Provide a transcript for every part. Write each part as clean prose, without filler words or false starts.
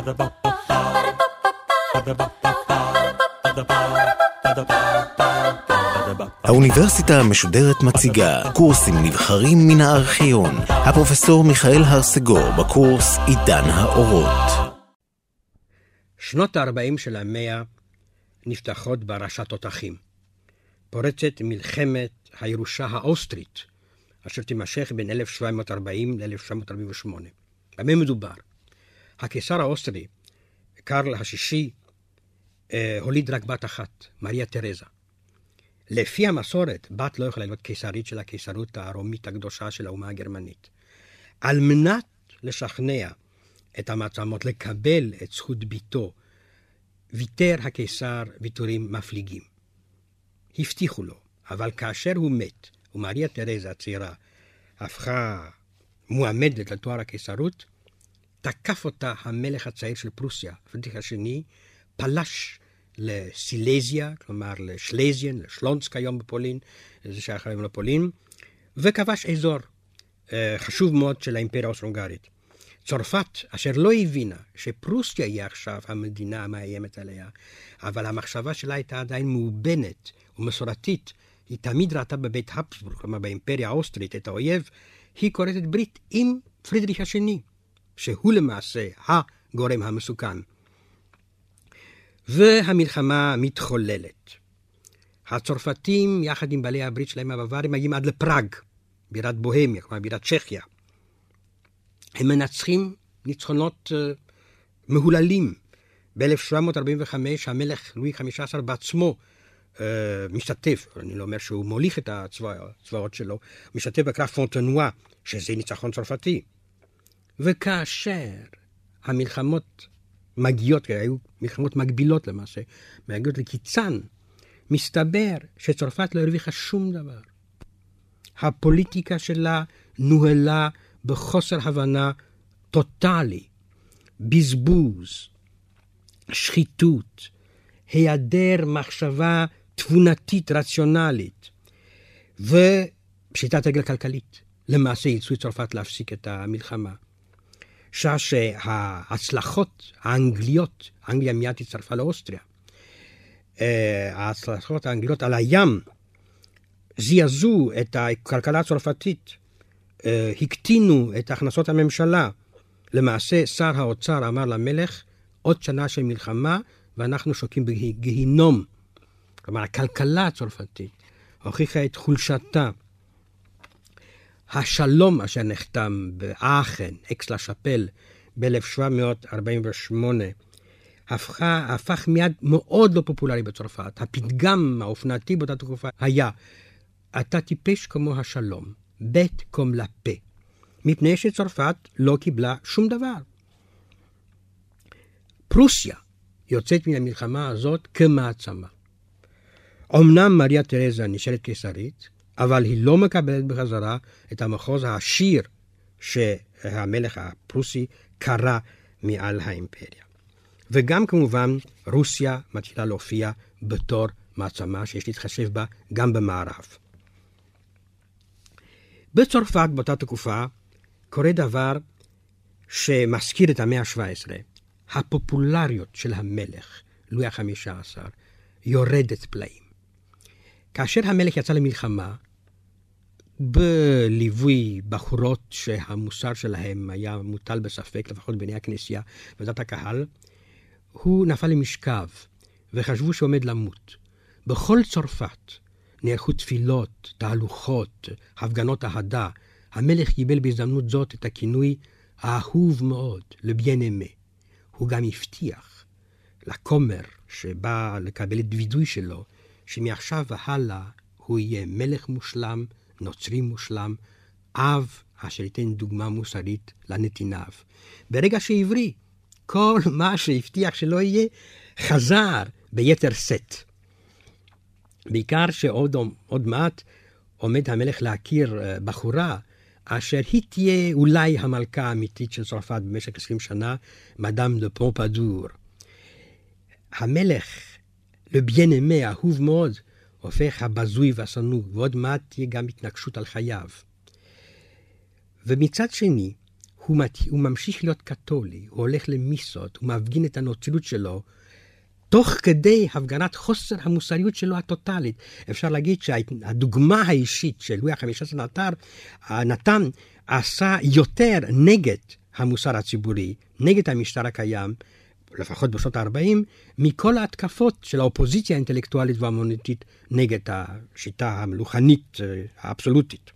האוניברסיטה המשודרת מציגה קורסים נבחרים מן הארכיון. הפרופסור מיכאל הרסגור בקורס עידן האורות. שנות ה-40 של המאה נפתחות ברשת תותחים. פורצת מלחמת הירושה האוסטרית, אשר תימשך בין 1740 ל-1748. במה מדובר? הקיסר האוסטרי, קרל השישי, הוליד רק בת אחת, מריה תרזה. לפי המסורת, בת לא יכולה להיות קיסרית של הקיסרות הרומית הקדושה של האומה הגרמנית. על מנת לשכנע את המעצמות לקבל את זכות ביתו, ויתר הקיסר ויתורים מפליגים. הבטיחו לו, אבל כאשר הוא מת, ומריה תרזה הצעירה הפכה מועמדת לתואר הקיסרות, תקף אותה המלך הצעיר של פרוסיה, פרידריך השני, פלש לסילזיה, כלומר לשלזיין, לשלונסק היום בפולין, זה שייך היום לפולין, וכבש אזור חשוב מאוד של האימפריה האוסטרו-הונגרית. צרפת, אשר לא הבינה שפרוסיה היא עכשיו המדינה המאיימת עליה, אבל המחשבה שלה הייתה עדיין מאובנת ומסורתית, היא תמיד ראתה בבית habsburg, כלומר באימפריה האוסטרית, את האויב, היא כורתת ברית עם פרידריך השני, שהוא למעשה הגורם המסוכן. והמלחמה מתחוללת. הצרפתים, יחד עם בעלי הברית שלהם הבווארים, מגיעים עד לפראג, בירת בוהמיה, כלומר בירת צ'כיה. הם מנצחים ניצחונות מהוללים. ב-1745 המלך לואי ה-15 בעצמו משתתף, אני לא אומר שהוא מוליך את הצבאות שלו, משתתף בקרב פונטנואה, שזה ניצחון צרפתי. וכאשר המלחמות מגיעות, היו מלחמות מגבילות למעשה, מגיעות לקיצן, מסתבר שצרפת לא הרוויחה שום דבר. הפוליטיקה שלה נוהלה בחוסר הבנה טוטלי, בזבוז, שחיתות, היעדר מחשבה תבונתית רציונלית, ופשיטת רגל כלכלית. למעשה אילצו את צרפת להפסיק את המלחמה. שההצלחות האנגליות, אנגליה מיד הצטרפה לאוסטריה, ההצלחות האנגליות על הים זעזעו את הכלכלה הצרפתית, הקטינו את הכנסות הממשלה. למעשה שר האוצר אמר למלך, עוד שנה של מלחמה ואנחנו שוקים בגיהינום. כלומר, הכלכלה הצרפתית הוכיחה את חולשתה. השלום אשר נחתם באחן, אקס לה שאפל, ב-1748, הפך מיד מאוד לא פופולרי בצרפת. הפתגם האופנתי באותה תקופה היה, אתה טיפש כמו השלום, בית קום לפה, מפני שצרפת לא קיבלה שום דבר. פרוסיה יוצאת מן המלחמה הזאת כמעצמה. אמנם מריה תרזה נשארת קיסרית, אבל היא לא מקבלת בחזרה את המחוז העשיר שהמלך הפרוסי קרא מעל האימפריה. וגם כמובן רוסיה מתחילה להופיע בתור מעצמה שיש להתחשב בה גם במערב. בצרפת באותה תקופה קורה דבר שמזכיר את המאה ה-17. הפופולריות של המלך לואי ה-15 יורדת פלאים. כאשר המלך יצא למלחמה, בליווי בחורות שהמוסר שלהם היה מוטל בספק, לפחות בעיני הכנסייה ודת הקהל, הוא נפל למשכב וחשבו שעומד למות. בכל צרפת נערכו תפילות, תהלוכות, הפגנות אהדה. המלך קיבל בהזדמנות זאת את הכינוי האהוב מאוד, לביין אמה. הוא גם הבטיח לכומר שבא לקבל את וידוי שלו, שמעכשיו והלאה הוא יהיה מלך מושלם, נוצרי מושלם, אב אשר ייתן דוגמה מוסרית לנתיניו. ברגע שעברי, כל מה שהבטיח שלא יהיה, חזר ביתר סט. בעיקר שעוד מעט עומד המלך להכיר בחורה, אשר היא תהיה אולי המלכה האמיתית של צרפת במשך 20 שנה, מדאם דה פומפדור. המלך, לביין אמה, אהוב מאוד, הופך הבזוי והשנוא, ועוד מעט תהיה גם התנגשות על חייו. ומצד שני, הוא ממשיך להיות קתולי, הוא הולך למיסות, הוא מפגין את הנוצילות שלו, תוך כדי הפגנת חוסר המוסריות שלו הטוטלית. אפשר להגיד שהדוגמה האישית של לואי ה-15 נתן עשה יותר נגד המוסר הציבורי, נגד המשטר הקיים, לפחות בשנות ה-40, מכל ההתקפות של האופוזיציה האינטלקטואלית והמונוליטית נגד השיטה המלוכנית האבסולוטית.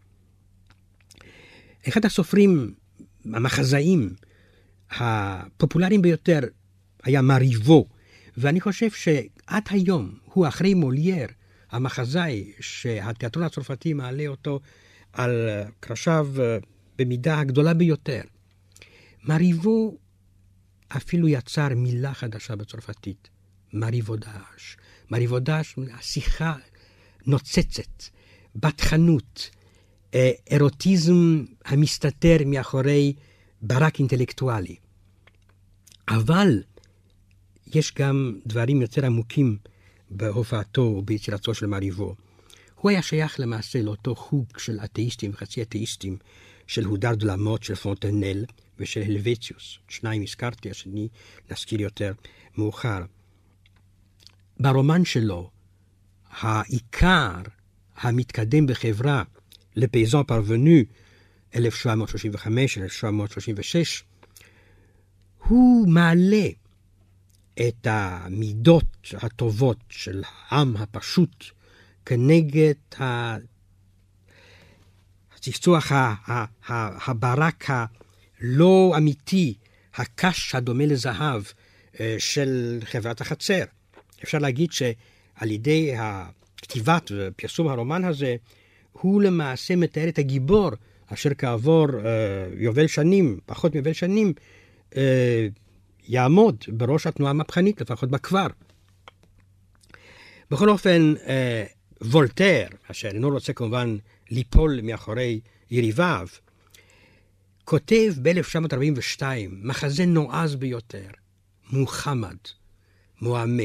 אחד הסופרים המחזאים הפופולריים ביותר היה מריבו, ואני חושב שעד היום הוא אחרי מולייר, המחזאי שהתיאטרון הצרפתי מעלה אותו על קרשיו במידה הגדולה ביותר. מריבו אפילו יצר מילה חדשה בצרפתית, מריבודאז'. מריבודאז', שיחה נוצצת, בתחנות, אירוטיזם המסתתר מאחורי ברק אינטלקטואלי. אבל יש גם דברים יותר עמוקים בהופעתו וביצירתו של מריבו. הוא היה שייך למעשה לאותו חוג של אתאיסטים וחצי אתאיסטים, של הודר דלמות, של פונטנל ושל הלווציוס. שניים הזכרתי, השני נזכיר יותר מאוחר. ברומן שלו, העיקר המתקדם בחברה, לפייזן פרוונו, 1735-1736, הוא מעלה את המידות הטובות של העם הפשוט כנגד הצחצוח הברק הלא אמיתי, הקש הדומה לזהב של חברת החצר. אפשר להגיד שעל ידי הכתיבת ופרסום הרומן הזה, הוא למעשה מתאר את הגיבור אשר כעבור יובל שנים, פחות מיובל שנים, יעמוד בראש התנועה המהפכנית, לפחות בכפר. בכל אופן, וולטר, אשר אינו רוצה כמובן ליפול מאחורי יריביו, כותב ב-1942 מחזה נועז ביותר, מוחמד, מועמה.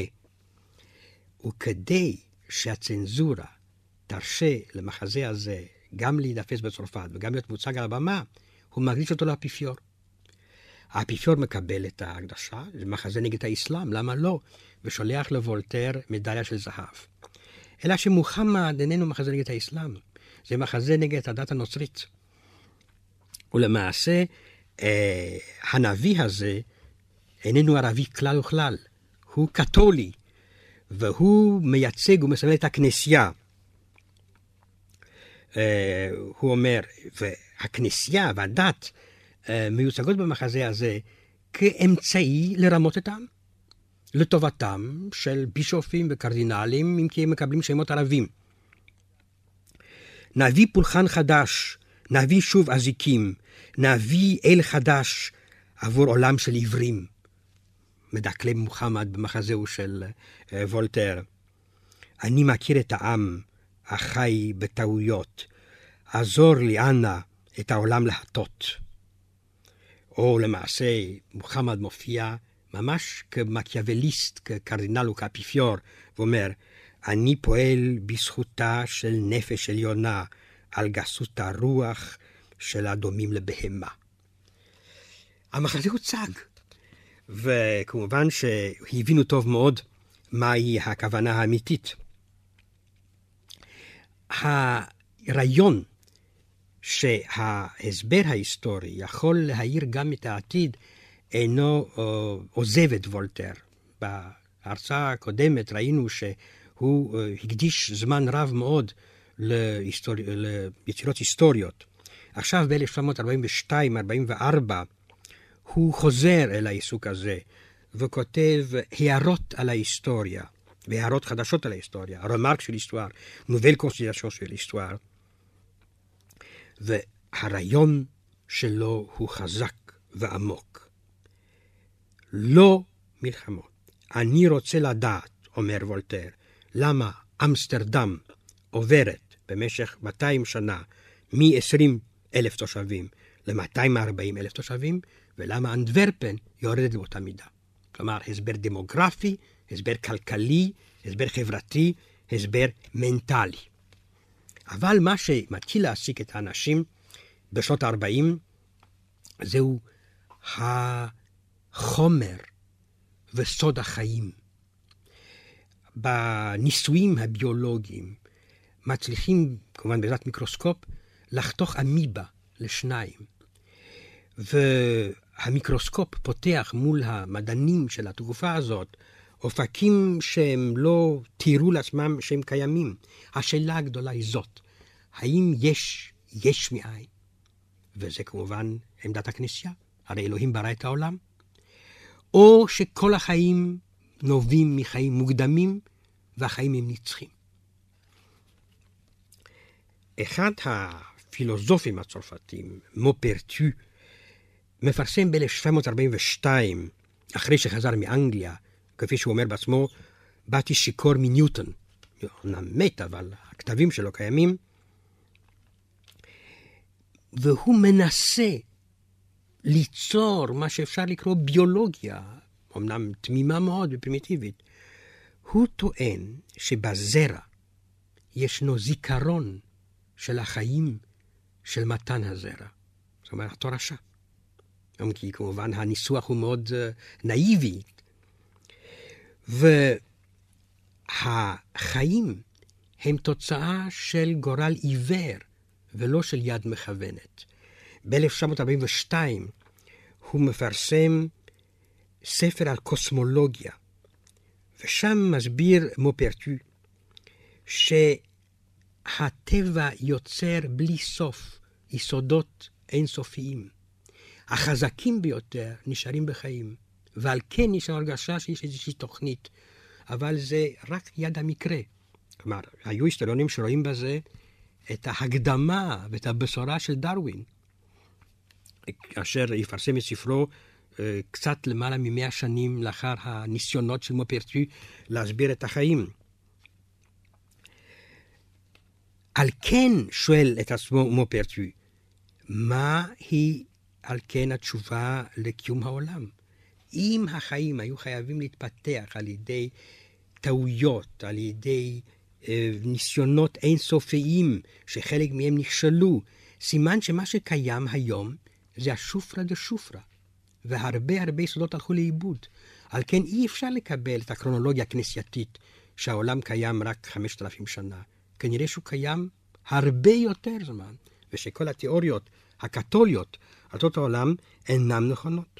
וכדי שהצנזורה תרשה למחזה הזה גם להידפס בצרפת וגם להיות מוצג על הבמה, הוא מקדיש אותו לאפיפיור. האפיפיור מקבל את ההקדשה, זה מחזה נגד האסלאם, למה לא? ושולח לוולטר מדליה של זהב. אלא שמוחמד איננו מחזה נגד האסלאם, זה מחזה נגד הדת הנוצרית. ולמעשה, הנביא הזה איננו ערבי כלל וכלל, הוא קתולי, והוא מייצג ומסמל את הכנסייה. הוא אומר, והכנסייה והדת מיוצגות במחזה הזה כאמצעי לרמות את העם, לטובתם של בישופים וקרדינלים, אם כי הם מקבלים שמות ערבים. נביא פולחן חדש, נביא שוב אזיקים, נביא אל חדש עבור עולם של עברים. מדקלם מוחמד במחזהו של וולטר. אני מכיר את העם החי בטעויות, עזור לי אנא את העולם להטות. או למעשה מוחמד מופיע ממש כמקיאווליסט, כקרדינל וכאפיפיור, ואומר, אני פועל בזכותה של נפש עליונה, על גסות הרוח של הדומים לבהמה. המחזה הוצג, וכמובן שהבינו טוב מאוד מהי הכוונה האמיתית. הרעיון שההסבר ההיסטורי יכול להאיר גם את העתיד אינו עוזב את וולטר. בהרצאה הקודמת ראינו שהוא הקדיש זמן רב מאוד ליצירות היסטוריות. עכשיו ב-1742-44 הוא חוזר אל העיסוק הזה וכותב הערות על ההיסטוריה והערות חדשות על ההיסטוריה, רמרק של היסטואר, נובל קונסטיטושן של היסטואר. והרעיון שלו הוא חזק ועמוק. לא מלחמות. אני רוצה לדעת, אומר וולטר, למה אמסטרדם עוברת במשך 200 שנה מ-20,000 תושבים ל-240,000 תושבים, ולמה אנטוורפן יורדת באותה מידה. כלומר, הסבר דמוגרפי, הסבר כלכלי, הסבר חברתי, הסבר מנטלי. אבל מה שמתחיל להעסיק את האנשים בשנות ה-40, זהו החומר וסוד החיים. בניסויים הביולוגיים מצליחים, כמובן בעזרת מיקרוסקופ, לחתוך אמיבה לשניים. והמיקרוסקופ פותח מול המדענים של התקופה הזאת אופקים שהם לא תיארו לעצמם שהם קיימים. השאלה הגדולה היא זאת, האם יש מאין? וזה כמובן עמדת הכנסייה, הרי אלוהים ברא את העולם. או שכל החיים נובעים מחיים מוקדמים, והחיים הם נצחים. אחד הפילוסופים הצרפתים, מופרטו, מפרסם ב-1742, אחרי שחזר מאנגליה, כפי שהוא אומר בעצמו, באתי שיכור מניוטון. אומנם מת, אבל הכתבים שלו קיימים. והוא מנסה ליצור מה שאפשר לקרוא ביולוגיה, אומנם תמימה מאוד ופרימיטיבית. הוא טוען שבזרע ישנו זיכרון של החיים של מתן הזרע. זאת אומרת, התורשה. כי כמובן הניסוח הוא מאוד נאיבי. והחיים הם תוצאה של גורל עיוור ולא של יד מכוונת. ב-1942 הוא מפרסם ספר על קוסמולוגיה, ושם מסביר מופרטו שהטבע יוצר בלי סוף יסודות אינסופיים. החזקים ביותר נשארים בחיים, ועל כן יש הרגשה שיש איזושהי תוכנית, אבל זה רק יד המקרה. כלומר, היו היסטוריונים שרואים בזה את ההקדמה ואת הבשורה של דרווין, אשר יפרסם את ספרו קצת למעלה מ100 שנים לאחר הניסיונות של מופרטו להסביר את החיים. על כן שואל את עצמו מופרטו, מה היא על כן התשובה לקיום העולם? אם החיים היו חייבים להתפתח על ידי טעויות, על ידי ניסיונות אינסופיים שחלק מהם נכשלו, סימן שמה שקיים היום זה השופרה דה שופרה, והרבה יסודות הלכו לאיבוד. על כן אי אפשר לקבל את הקרונולוגיה הכנסייתית שהעולם קיים רק 5,000 שנה. כנראה שהוא קיים הרבה יותר זמן, ושכל התיאוריות הקתוליות על תולדות העולם אינם נכונות.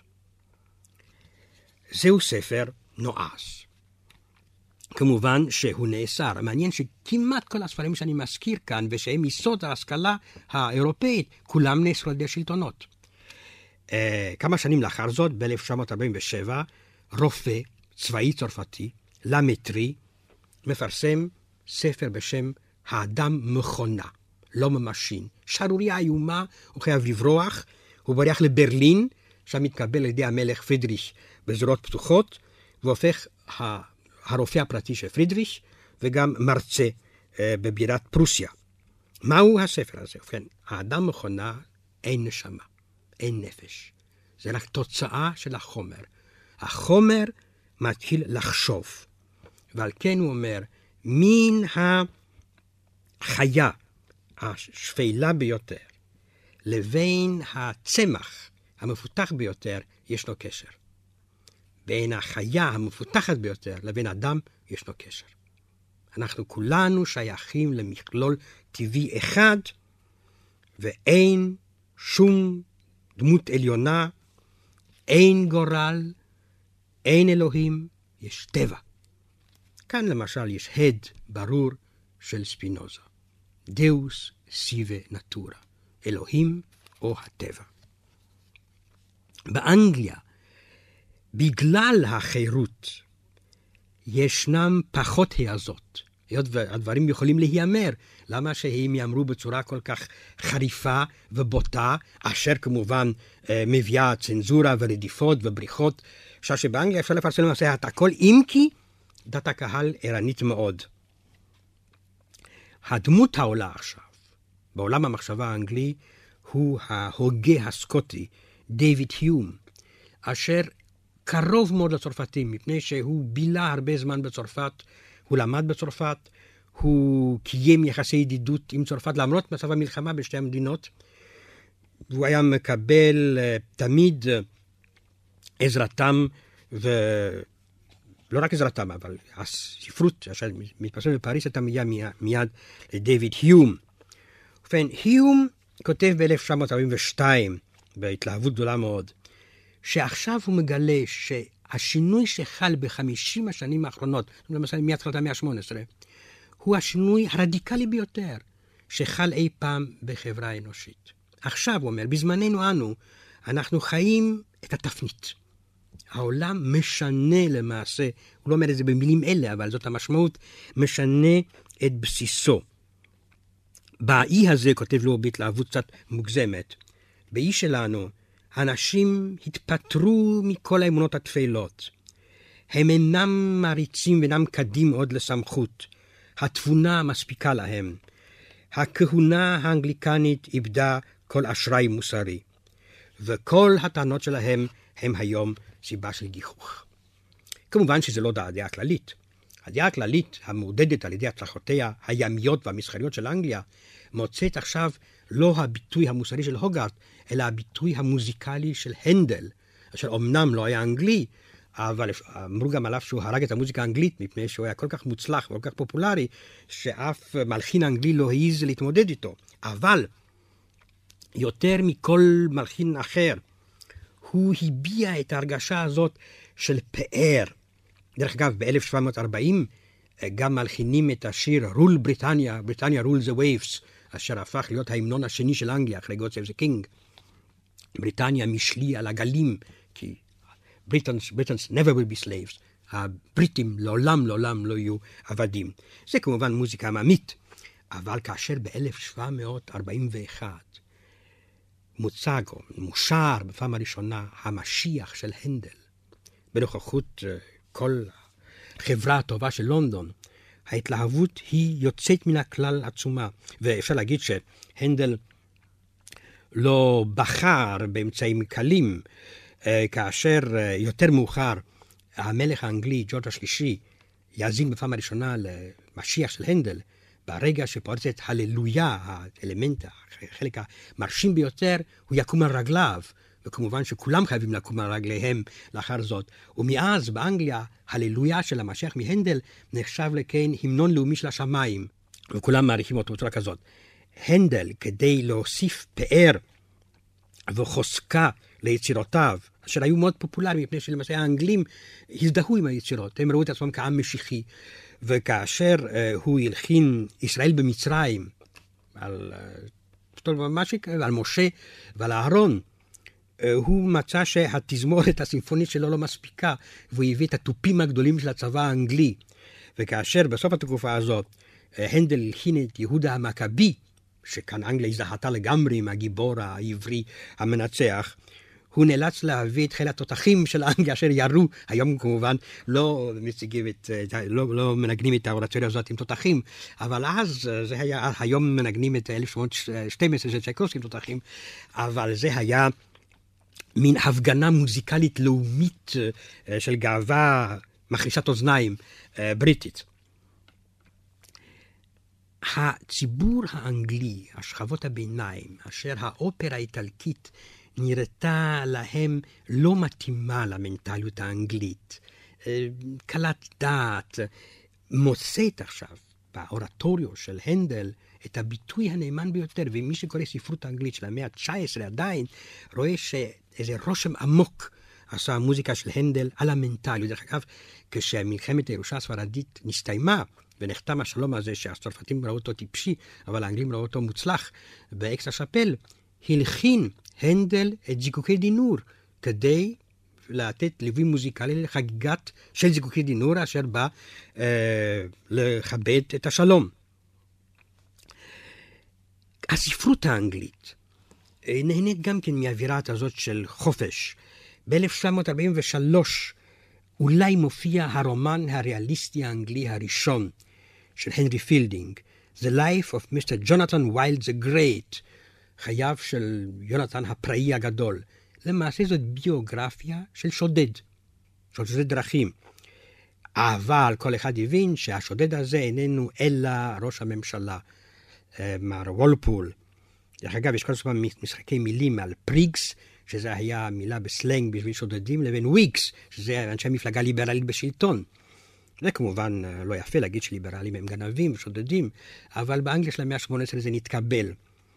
זהו ספר נועז. כמובן שהוא נאסר. מעניין שכמעט כל הספרים שאני מזכיר כאן, ושהם יסוד ההשכלה האירופאית, כולם נאסרו על ידי שלטונות. כמה שנים לאחר זאת, ב-1947, רופא צבאי צרפתי, למטרי, מפרסם ספר בשם האדם מכונה, לא ממשין. שערוריה איומה, הוא חייב לברוח, הוא בורח לברלין, שם מתקבל על ידי המלך פרידריך בזרועות פתוחות, והופך הרופא הפרטי של פרידריך, וגם מרצה בבירת פרוסיה. מהו הספר הזה? ובכן, האדם מכונה, אין נשמה, אין נפש. זה רק תוצאה של החומר. החומר מתחיל לחשוב. ועל כן הוא אומר, מן החיה השפלה ביותר, לבין הצמח המפותח ביותר, ישנו קשר. בין החיה המפותחת ביותר לבין אדם ישנו קשר. אנחנו כולנו שייכים למכלול טבעי אחד, ואין שום דמות עליונה, אין גורל, אין אלוהים, יש טבע. כאן למשל יש הד ברור של ספינוזה. דאוס סיבה נטורה, אלוהים או הטבע. באנגליה, בגלל החירות, ישנם פחות העזות. היות והדברים יכולים להיאמר, למה שהם יאמרו בצורה כל כך חריפה ובוטה, אשר כמובן מביאה צנזורה ורדיפות ובריחות, שבאנגליה אפשר לפרסם למעשה את הכל, אם כי דת הקהל ערנית מאוד. הדמות העולה עכשיו, בעולם המחשבה האנגלי, הוא ההוגה הסקוטי, דיוויד היום, אשר קרוב מאוד לצרפתים, מפני שהוא בילה הרבה זמן בצרפת, הוא למד בצרפת, הוא קיים יחסי ידידות עם צרפת, למרות מצב המלחמה בשתי המדינות. והוא היה מקבל תמיד עזרתם, ולא רק עזרתם, אבל הספרות שמתפרסמת בפריס הייתה מיד לדיוויד היום. ובכן, היום כותב ב-1942, בהתלהבות גדולה מאוד, שעכשיו הוא מגלה שהשינוי שחל ב-50 השנים האחרונות, למשל מהתחלת המאה ה-18, הוא השינוי הרדיקלי ביותר שחל אי פעם בחברה האנושית. עכשיו, הוא אומר, בזמננו אנו, אנחנו חיים את התפנית. העולם משנה למעשה, הוא לא אומר את זה במילים אלה, אבל זאת המשמעות, משנה את בסיסו. באי הזה, כותב לו בהתלהבות קצת מוגזמת, באי שלנו, האנשים התפטרו מכל האמונות התפלות. הם אינם מעריצים ואינם קדים עוד לסמכות. התבונה מספיקה להם. הכהונה האנגליקנית איבדה כל אשראי מוסרי. וכל הטענות שלהם הם היום סיבה של גיחוך. כמובן שזה לא הדעה הכללית. הדעה הכללית המעודדת על ידי הצלחותיה הימיות והמסחריות של אנגליה, מוצאת עכשיו לא הביטוי המוסרי של הוגארט, אלא הביטוי המוזיקלי של הנדל, אשר אמנם לא היה אנגלי, אבל אמרו גם עליו שהוא הרג את המוזיקה האנגלית, מפני שהוא היה כל כך מוצלח וכל כך פופולרי, שאף מלחין אנגלי לא העז להתמודד איתו. אבל יותר מכל מלחין אחר, הוא הביע את ההרגשה הזאת של פאר. דרך אגב, ב-1740 גם מלחינים את השיר רול בריטניה, בריטניה רול the waves, אשר הפך להיות ההמנון השני של אנגליה, אחרי God Save the King. בריטניה משלי על הגלים, כי Britons never will be slaves. הבריטים לעולם לא יהיו עבדים. זה כמובן מוזיקה עממית, אבל כאשר ב-1741 מוצג או מושר בפעם הראשונה המשיח של הנדל, בנוכחות כל חברה הטובה של לונדון, ההתלהבות היא יוצאת מן הכלל עצומה. ואפשר להגיד שהנדל לא בחר באמצעים קלים, כאשר יותר מאוחר המלך האנגלי ג'ורג' השלישי יאזין בפעם הראשונה למשיח של הנדל, ברגע שפורצת הללויה, האלמנט, החלק המרשים ביותר, הוא יקום על רגליו, וכמובן שכולם חייבים לקום על רגליהם לאחר זאת. ומאז באנגליה, הללויה של המשיח מהנדל נחשב לכן המנון לאומי של השמיים, וכולם מעריכים אותו בצורה כזאת. הנדל, כדי להוסיף פאר וחוזקה ליצירותיו, אשר היו מאוד פופולריים, מפני שלמעשה האנגלים הזדהו עם היצירות, הם ראו את עצמם כעם משיחי, וכאשר הוא הלחין ישראל במצרים, על משה ועל אהרון, הוא מצא שהתזמורת הסימפונית שלו לא מספיקה, והוא הביא את התופים הגדולים של הצבא האנגלי. וכאשר בסוף התקופה הזאת הנדל הלחין את יהודה המכבי, שכאן אנגליה הזדהתה לגמרי עם הגיבור העברי המנצח, הוא נאלץ להביא את חיל התותחים של אנגליה אשר ירו, היום כמובן לא מנגנים את האורציה הזאת עם תותחים, אבל אז זה היה, היום מנגנים את 1812 של צ'ייקובסקי עם תותחים, אבל זה היה מין הפגנה מוזיקלית לאומית של גאווה מחרישת אוזניים בריטית. הציבור האנגלי, השכבות הביניים, אשר האופרה האיטלקית נראתה להם לא מתאימה למנטליות האנגלית, קלת דעת, מוצאת עכשיו באורטוריו של הנדל את הביטוי הנאמן ביותר, ומי שקורא ספרות האנגלית של המאה ה-19 עדיין רואה שאיזה רושם עמוק עשה המוזיקה של הנדל על המנטליות. דרך אגב, כשמלחמת הירושה הספרדית נסתיימה, ונחתם השלום הזה שהצרפתים ראו אותו טיפשי, אבל האנגלים ראו אותו מוצלח באקס השפל, הלחין הנדל את זיקוקי דינור, כדי לתת ליווי מוזיקלי לחגיגת של זיקוקי דינור, אשר בא לכבד את השלום. הספרות האנגלית נהנית גם כן מהאווירה הזאת של חופש. ב-1943 אולי מופיע הרומן הריאליסטי האנגלי הראשון של הנרי פילדינג, The Life of Mr. Jonathan Wild the Great, חייו של יונתן הפראי הגדול. למעשה זאת ביוגרפיה של שודד דרכים. אבל כל אחד הבין שהשודד הזה איננו אלא ראש הממשלה, מר וולפול. דרך אגב, יש כל הזמן משחקי מילים על פריגס, שזה היה מילה בסלנג בשביל שודדים, לבין וויקס, שזה אנשי מפלגה ליברלית בשלטון. זה כמובן לא יפה להגיד שליברלים הם גנבים ושודדים, אבל באנגליה של המאה ה-18 זה נתקבל.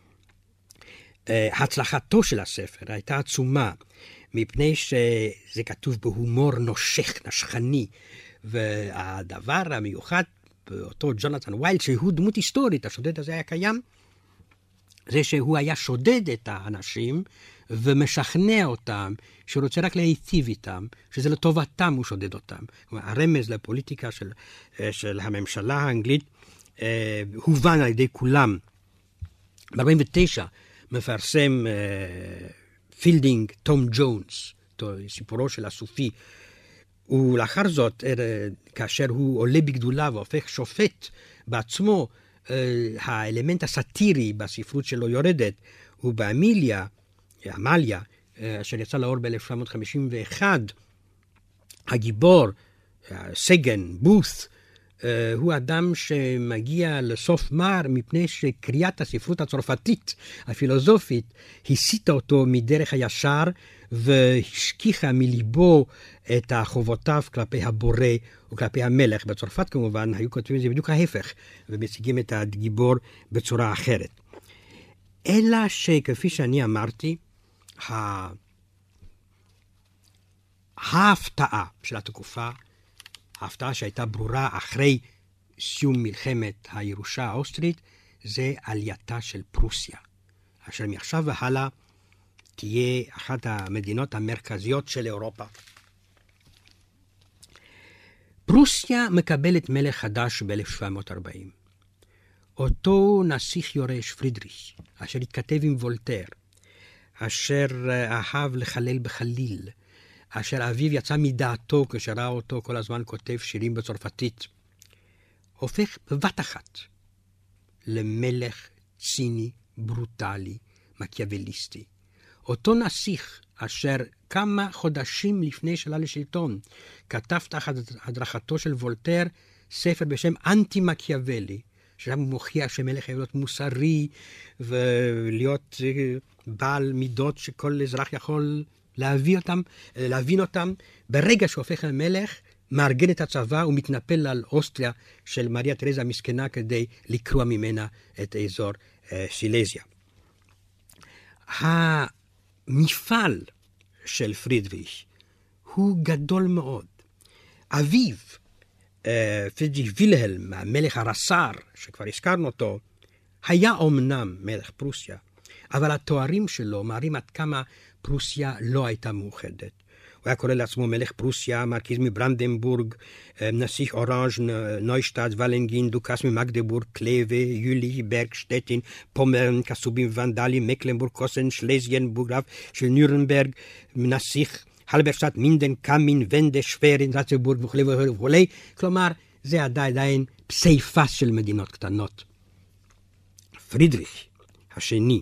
הצלחתו של הספר הייתה עצומה, מפני שזה כתוב בהומור נושך, נשכני, והדבר המיוחד באותו ג'ונתן ויילד, שהוא דמות היסטורית, השודד הזה היה קיים, זה שהוא היה שודד את האנשים ומשכנע אותם שהוא רוצה רק להיטיב איתם, שזה לטובתם הוא שודד אותם. כלומר, הרמז לפוליטיקה של הממשלה האנגלית הובן על ידי כולם. ב-49 מפרסם פילדינג תום ג'ונס, סיפורו של הסופי, ולאחר זאת, כאשר הוא עולה בגדולה והופך שופט בעצמו, האלמנט הסאטירי בספרות שלו יורדת, ובאמליה, אשר יצא לאור ב-1751, הגיבור, סגן, בות', הוא אדם שמגיע לסוף מר מפני שקריאת הספרות הצרפתית, הפילוסופית, הסיטה אותו מדרך הישר והשכיחה מליבו את חובותיו כלפי הבורא וכלפי המלך. בצרפת כמובן היו כותבים את זה בדיוק ההפך ומציגים את הגיבור בצורה אחרת. אלא שכפי שאני אמרתי, ההפתעה של התקופה, ההפתעה שהייתה ברורה אחרי סיום מלחמת הירושה האוסטרית, זה עלייתה של פרוסיה, אשר מעכשיו והלאה תהיה אחת המדינות המרכזיות של אירופה. פרוסיה מקבלת מלך חדש ב-1740. אותו נסיך יורש פרידריך, אשר התכתב עם וולטר, אשר אהב לחלל בחליל, אשר אביו יצא מדעתו כשראה אותו כל הזמן כותב שירים בצרפתית, הופך בבת אחת למלך ציני, ברוטלי, מקיאווליסטי. אותו נסיך אשר כמה חודשים לפני שעלה לשלטון כתב תחת הדרכתו של וולטר ספר בשם אנטי מקיאוולי, ששם הוא מוכיח שמלך היה להיות מוסרי ולהיות בעל מידות שכל אזרח יכול להבין אותם. ברגע שהופך למלך, מארגן את הצבא ומתנפל על אוסטריה של מריה תרזה המסכנה כדי לקרוע ממנה את אזור סילזיה. המפעל של פרידריך הוא גדול מאוד. אביו, פרידריך וילהלם, המלך הרס"ר, שכבר הזכרנו אותו, היה אומנם מלך פרוסיה, אבל התוארים שלו מראים עד כמה פרוסיה לא הייתה מאוחדת. הוא היה קורא לעצמו מלך פרוסיה, מרקיז מברנדנבורג, נסיך אורנג', נוישטאט, ולנגין, דוכס ממגדבורג, קלווה, יולי, ברג, שטטין, פומרן, קסובים, ונדלים, מקלנבורג, קוסן, שלזיין, בוגרף של ניורנברג, נסיך, הלברשטט, מינדן, קמין, ונדה, שפרין, רצבורג וכו' וכו'. כלומר, זה עדיין פסיפס של מדינות קטנות. פרידריך השני,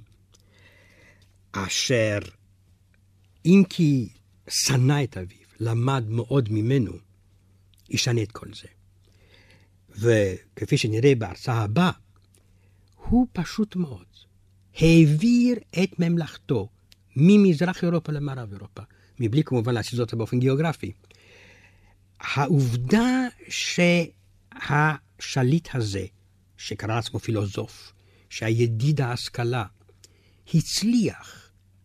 אשר אם כי שנא את אביו, למד מאוד ממנו, ישנה את כל זה. וכפי שנראה בהרצאה הבאה, הוא פשוט מאוד העביר את ממלכתו ממזרח אירופה למערב אירופה, מבלי כמובן לעשות זאת באופן גיאוגרפי. העובדה שהשליט הזה, שקרא לעצמו פילוסוף, שהידיד ההשכלה, הצליח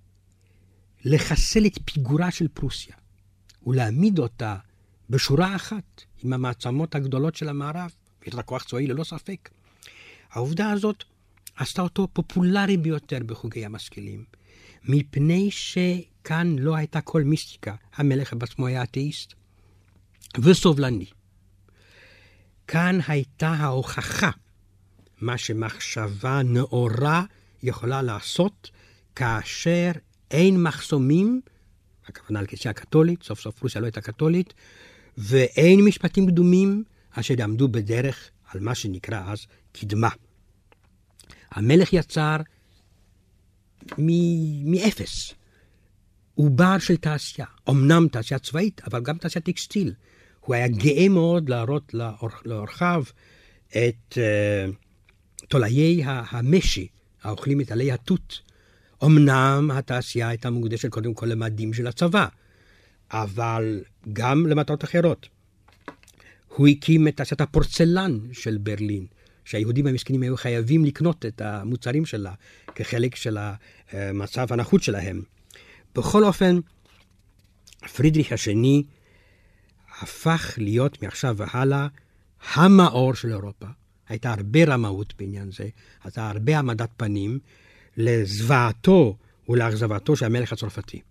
לחסל את פיגורה של פרוסיה ולהעמיד אותה בשורה אחת עם המעצמות הגדולות של המערב, ויש לה כוח צבאי ללא ספק. העובדה הזאת עשתה אותו פופולרי ביותר בחוגי המשכילים, מפני שכאן לא הייתה כל מיסטיקה. המלך בעצמו היה אתאיסט וסובלני. כאן הייתה ההוכחה מה שמחשבה נאורה יכולה לעשות כאשר אין מחסומים, הכוונה לכנסייה הקתולית, סוף סוף פרוסיה לא הייתה קתולית, ואין משפטים קדומים אשר יעמדו בדרך על מה שנקרא אז קדמה. המלך יצר מאפס. הוא בעל של תעשייה, אמנם תעשייה צבאית, אבל גם תעשייה טקסטיל. הוא היה גאה מאוד להראות לאורחיו את תולעי המשי האוכלים את עלי התות. אמנם התעשייה הייתה מוקדשת קודם כל למדים של הצבא, אבל גם למטרות אחרות. הוא הקים את תעשיית הפורצלן של ברלין, שהיהודים המסכנים היו חייבים לקנות את המוצרים שלה כחלק של המצב הנחות שלהם. בכל אופן, פרידריך השני הפך להיות מעכשיו והלאה המאור של אירופה. הייתה הרבה רמאות בעניין זה, הייתה הרבה העמדת פנים לזוועתו ולאכזבתו של המלך הצרפתי.